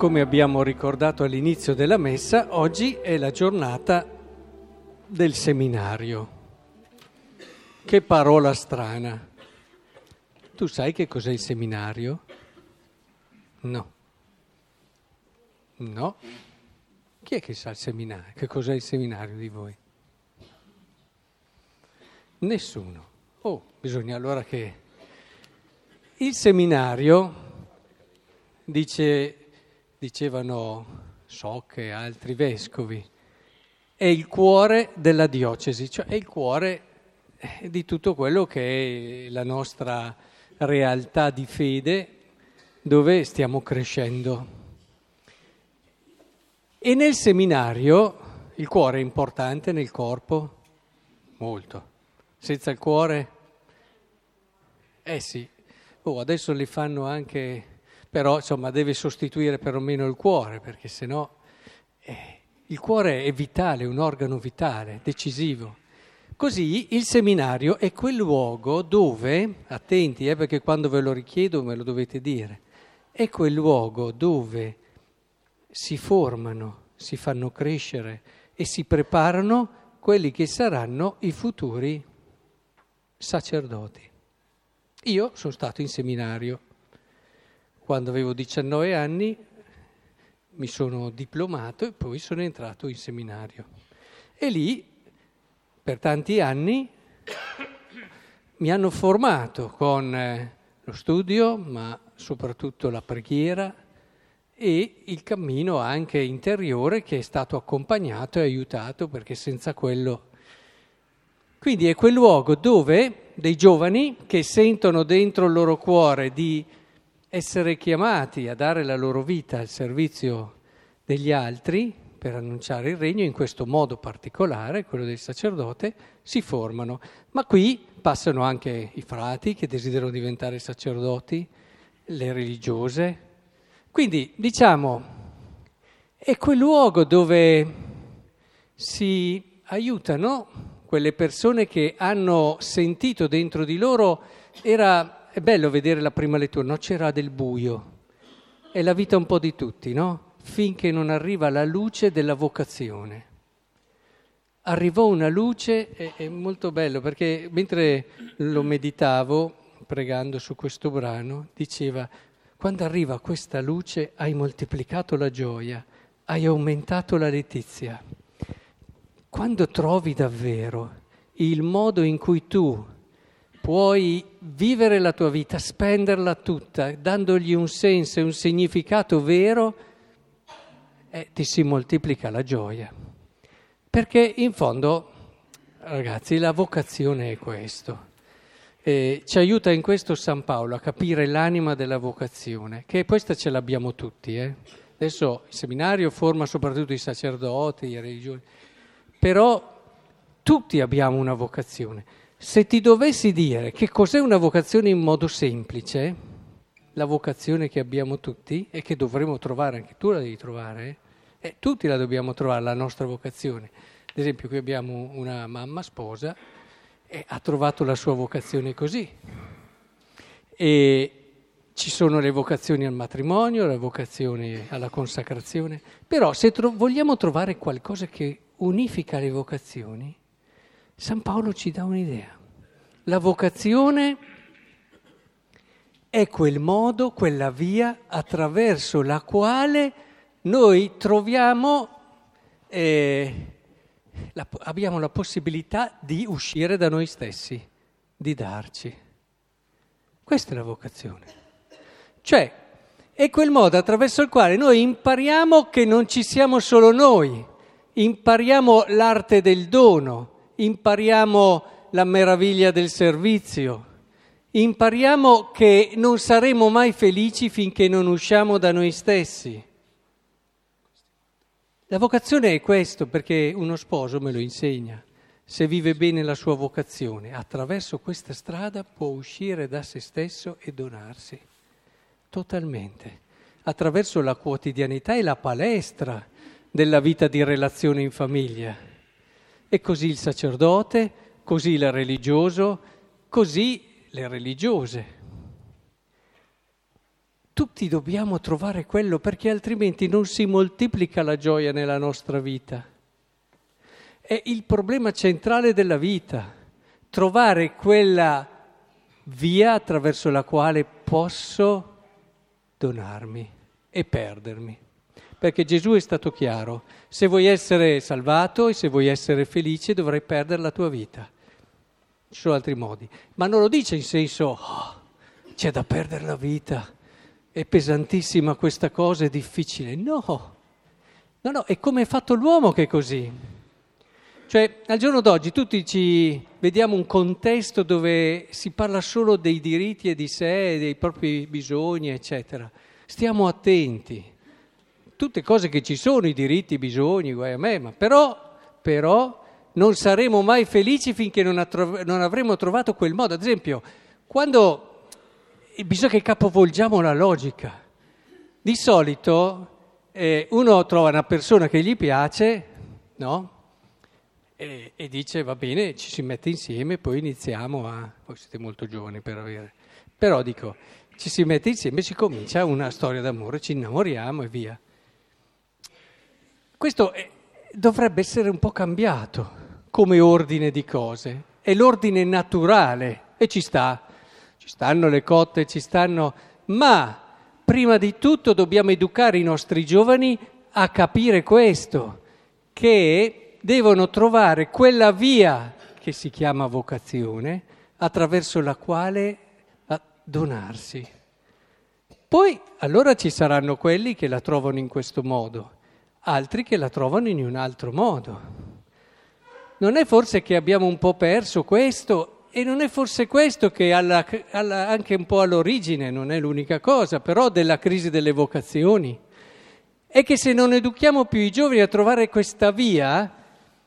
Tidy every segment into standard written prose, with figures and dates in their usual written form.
Come abbiamo ricordato all'inizio della messa, oggi è la giornata del seminario. Che parola strana. Tu sai che cos'è il seminario? No. No? Chi è che sa il seminario? Che cos'è il seminario di voi? Nessuno. Oh, bisogna allora che... Il seminario, dicevano Soc e altri vescovi, è il cuore della diocesi, cioè è il cuore di tutto quello che è la nostra realtà di fede, dove stiamo crescendo. E nel seminario il cuore è importante nel corpo? Molto. Senza il cuore? Sì. Adesso li fanno anche, però insomma deve sostituire perlomeno il cuore, perché sennò il cuore è vitale, è un organo vitale, decisivo. Così il seminario è quel luogo dove, attenti perché quando ve lo richiedo me lo dovete dire, è quel luogo dove si formano, si fanno crescere e si preparano quelli che saranno i futuri sacerdoti. Io sono stato in seminario. Quando avevo 19 anni mi sono diplomato e poi sono entrato in seminario. E lì, per tanti anni, mi hanno formato con lo studio, ma soprattutto la preghiera e il cammino anche interiore che è stato accompagnato e aiutato, perché senza quello... Quindi è quel luogo dove dei giovani che sentono dentro il loro cuore di essere chiamati a dare la loro vita al servizio degli altri per annunciare il regno in questo modo particolare, quello del sacerdote, si formano. Ma qui passano anche i frati che desiderano diventare sacerdoti, le religiose. Quindi, diciamo, è quel luogo dove si aiutano quelle persone che hanno sentito dentro di loro, è bello vedere la prima lettura, no? C'era del buio, è la vita un po' di tutti, no? Finché non arriva la luce della vocazione. Arrivò una luce, è molto bello, perché mentre lo meditavo, pregando su questo brano, diceva, quando arriva questa luce hai moltiplicato la gioia, hai aumentato la letizia. Quando trovi davvero il modo in cui tu puoi vivere la tua vita, spenderla tutta, dandogli un senso e un significato vero, ti si moltiplica la gioia. Perché in fondo, ragazzi, la vocazione è questo. Ci aiuta in questo San Paolo a capire l'anima della vocazione, che questa ce l'abbiamo tutti. Adesso il seminario forma soprattutto i sacerdoti, i religiosi. Però tutti abbiamo una vocazione. Se ti dovessi dire che cos'è una vocazione in modo semplice, la vocazione che abbiamo tutti e che dovremo trovare, anche tu la devi trovare, tutti la dobbiamo trovare, la nostra vocazione. Ad esempio qui abbiamo una mamma sposa e ha trovato la sua vocazione così. E ci sono le vocazioni al matrimonio, le vocazioni alla consacrazione, però se vogliamo trovare qualcosa che unifica le vocazioni, San Paolo ci dà un'idea. La vocazione è quel modo, quella via attraverso la quale noi troviamo, abbiamo la possibilità di uscire da noi stessi, di darci. Questa è la vocazione. Cioè, è quel modo attraverso il quale noi impariamo che non ci siamo solo noi, impariamo l'arte del dono, impariamo la meraviglia del servizio, impariamo che non saremo mai felici finché non usciamo da noi stessi. La vocazione è questo, perché uno sposo me lo insegna. Se vive bene la sua vocazione, attraverso questa strada può uscire da se stesso e donarsi totalmente, attraverso la quotidianità e la palestra della vita di relazione in famiglia. E così il sacerdote, così il religioso, così le religiose. Tutti dobbiamo trovare quello, perché altrimenti non si moltiplica la gioia nella nostra vita. È il problema centrale della vita, trovare quella via attraverso la quale posso donarmi e perdermi. Perché Gesù è stato chiaro: se vuoi essere salvato e se vuoi essere felice dovrai perdere la tua vita. Ci sono altri modi, ma non lo dice in senso c'è da perdere la vita, è pesantissima questa cosa, è difficile. No, è come è fatto l'uomo che è così. Cioè, al giorno d'oggi tutti ci vediamo un contesto dove si parla solo dei diritti e di sé, dei propri bisogni, eccetera. Stiamo attenti. Tutte cose che ci sono, i diritti, i bisogni, guai a me, ma però non saremo mai felici finché non avremo trovato quel modo. Ad esempio, quando bisogna che capovolgiamo la logica. Di solito uno trova una persona che gli piace, no? E dice va bene, ci si mette insieme, poi iniziamo a... Voi siete molto giovani per avere... Però dico, ci si mette insieme, si comincia una storia d'amore, ci innamoriamo e via. Questo dovrebbe essere un po' cambiato come ordine di cose. È l'ordine naturale e ci stanno le cotte, ma prima di tutto dobbiamo educare i nostri giovani a capire questo, che devono trovare quella via che si chiama vocazione, attraverso la quale donarsi. Poi allora ci saranno quelli che la trovano in questo modo, altri che la trovano in un altro modo. Non è forse che abbiamo un po' perso questo, e non è forse questo che anche un po' all'origine, non è l'unica cosa, però della crisi delle vocazioni? È che se non educhiamo più i giovani a trovare questa via,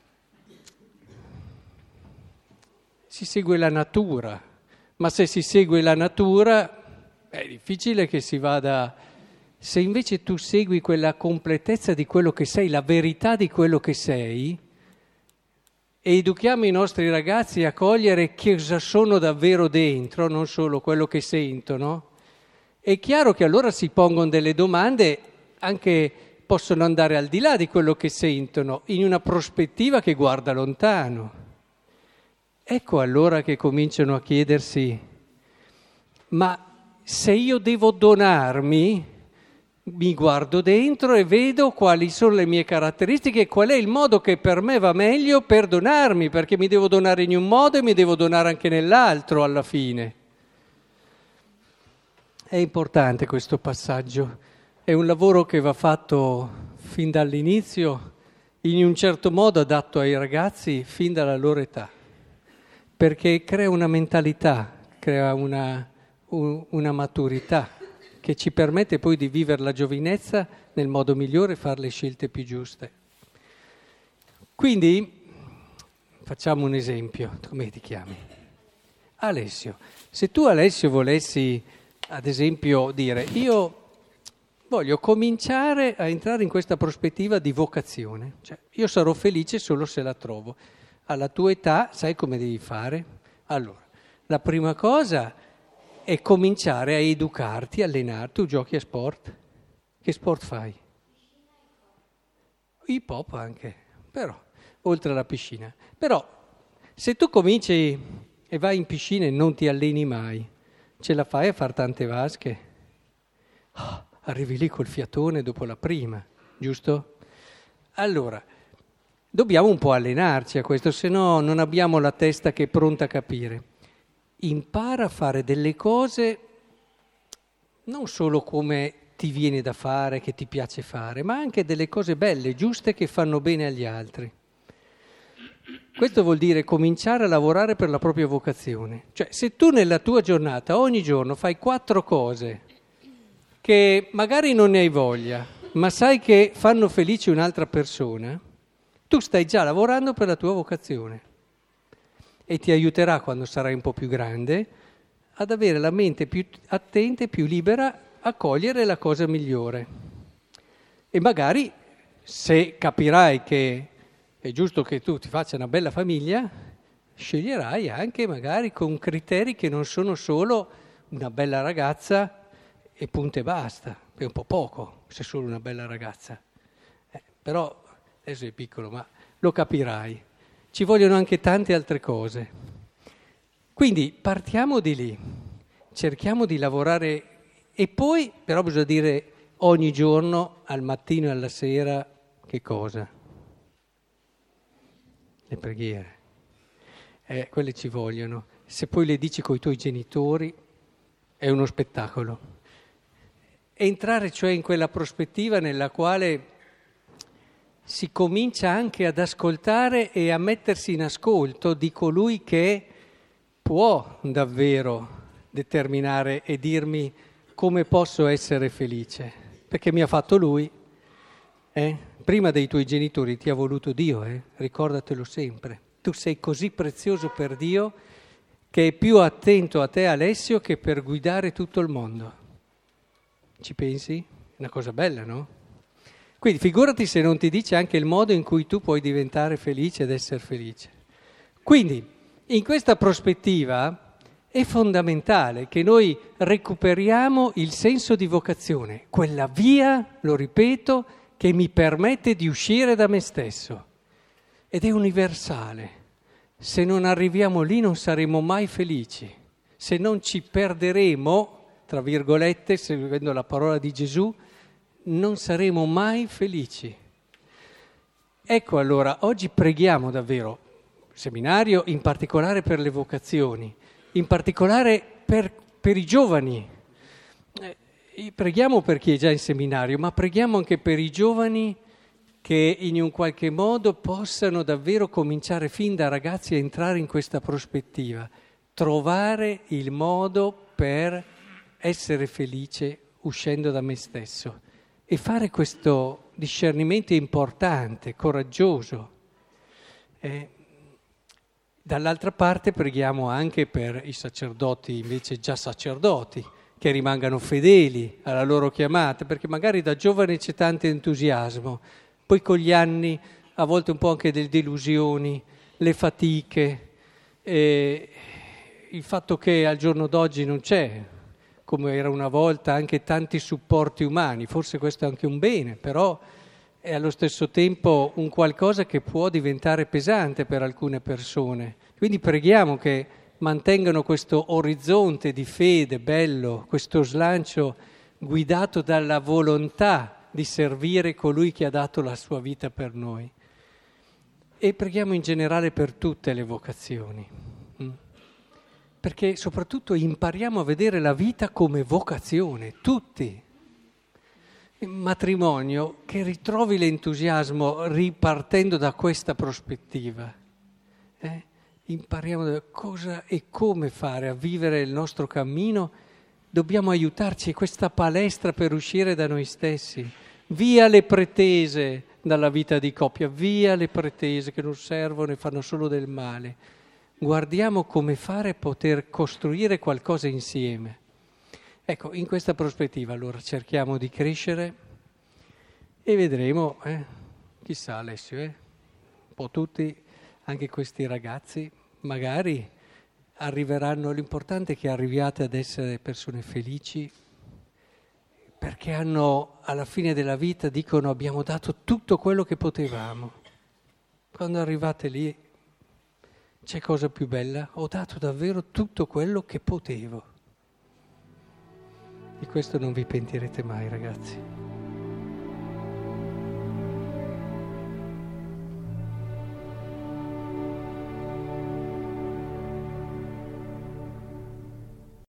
si segue la natura, ma se si segue la natura è difficile che si vada... Se invece tu segui quella completezza di quello che sei, la verità di quello che sei, e educhiamo i nostri ragazzi a cogliere cosa sono davvero dentro, non solo quello che sentono, è chiaro che allora si pongono delle domande, anche possono andare al di là di quello che sentono, in una prospettiva che guarda lontano. Ecco allora che cominciano a chiedersi, ma se io devo donarmi, mi guardo dentro e vedo quali sono le mie caratteristiche e qual è il modo che per me va meglio per donarmi, perché mi devo donare in un modo e mi devo donare anche nell'altro alla fine. È importante questo passaggio, è un lavoro che va fatto fin dall'inizio, in un certo modo adatto ai ragazzi fin dalla loro età, perché crea una mentalità, crea una maturità che ci permette poi di vivere la giovinezza nel modo migliore e fare le scelte più giuste. Quindi, facciamo un esempio. Come ti chiami? Alessio. Se tu, Alessio, volessi, ad esempio, dire io voglio cominciare a entrare in questa prospettiva di vocazione, cioè io sarò felice solo se la trovo. Alla tua età sai come devi fare? Allora, la prima cosa è cominciare a educarti, allenarti. Tu giochi a sport? Che sport fai? Hip hop anche, però, oltre alla piscina. Però, se tu cominci e vai in piscina e non ti alleni mai, ce la fai a fare tante vasche? Arrivi lì col fiatone dopo la prima, giusto? Allora, dobbiamo un po' allenarci a questo, se no non abbiamo la testa che è pronta a capire. Impara a fare delle cose non solo come ti viene da fare, che ti piace fare, ma anche delle cose belle, giuste, che fanno bene agli altri. Questo vuol dire cominciare a lavorare per la propria vocazione. Cioè, se tu nella tua giornata, ogni giorno, fai 4 cose che magari non ne hai voglia, ma sai che fanno felice un'altra persona, tu stai già lavorando per la tua vocazione. E ti aiuterà, quando sarai un po' più grande, ad avere la mente più attenta e più libera a cogliere la cosa migliore. E magari, se capirai che è giusto che tu ti faccia una bella famiglia, sceglierai anche magari con criteri che non sono solo una bella ragazza e punta e basta, è un po' poco se è solo una bella ragazza. Però adesso è piccolo, ma lo capirai. Ci vogliono anche tante altre cose. Quindi partiamo di lì, cerchiamo di lavorare e poi però bisogna dire ogni giorno, al mattino e alla sera, che cosa? Le preghiere. Quelle ci vogliono. Se poi le dici coi tuoi genitori è uno spettacolo. Entrare cioè in quella prospettiva nella quale si comincia anche ad ascoltare e a mettersi in ascolto di colui che può davvero determinare e dirmi come posso essere felice, perché mi ha fatto lui. Prima dei tuoi genitori ti ha voluto Dio, ricordatelo sempre. Tu sei così prezioso per Dio che è più attento a te, Alessio, che per guidare tutto il mondo. Ci pensi? È una cosa bella, no? Quindi figurati se non ti dice anche il modo in cui tu puoi diventare felice ed essere felice. Quindi, in questa prospettiva è fondamentale che noi recuperiamo il senso di vocazione, quella via, lo ripeto, che mi permette di uscire da me stesso. Ed è universale. Se non arriviamo lì non saremo mai felici. Se non ci perderemo, tra virgolette, seguendo la parola di Gesù, non saremo mai felici. Ecco allora, oggi preghiamo davvero, seminario in particolare per le vocazioni, in particolare per i giovani. Preghiamo per chi è già in seminario, ma preghiamo anche per i giovani che in un qualche modo possano davvero cominciare fin da ragazzi a entrare in questa prospettiva, trovare il modo per essere felice uscendo da me stesso. E fare questo discernimento importante, coraggioso. Dall'altra parte preghiamo anche per i sacerdoti, invece già sacerdoti, che rimangano fedeli alla loro chiamata, perché magari da giovane c'è tanto entusiasmo, poi con gli anni a volte un po' anche delle delusioni, le fatiche, il fatto che al giorno d'oggi non c'è, come era una volta, anche tanti supporti umani, forse questo è anche un bene, però è allo stesso tempo un qualcosa che può diventare pesante per alcune persone. Quindi preghiamo che mantengano questo orizzonte di fede bello, questo slancio guidato dalla volontà di servire colui che ha dato la sua vita per noi. E preghiamo in generale per tutte le vocazioni. Perché soprattutto impariamo a vedere la vita come vocazione, tutti. Il matrimonio che ritrovi l'entusiasmo ripartendo da questa prospettiva. Impariamo cosa e come fare a vivere il nostro cammino, dobbiamo aiutarci, è questa palestra per uscire da noi stessi. Via le pretese dalla vita di coppia, via le pretese che non servono e fanno solo del male. Guardiamo come fare a poter costruire qualcosa insieme. Ecco, in questa prospettiva allora cerchiamo di crescere e vedremo, chissà Alessio, un po' tutti, anche questi ragazzi, magari arriveranno, l'importante è che arriviate ad essere persone felici, perché hanno, alla fine della vita, dicono abbiamo dato tutto quello che potevamo. Quando arrivate lì, c'è cosa più bella? Ho dato davvero tutto quello che potevo. Di questo non vi pentirete mai, ragazzi.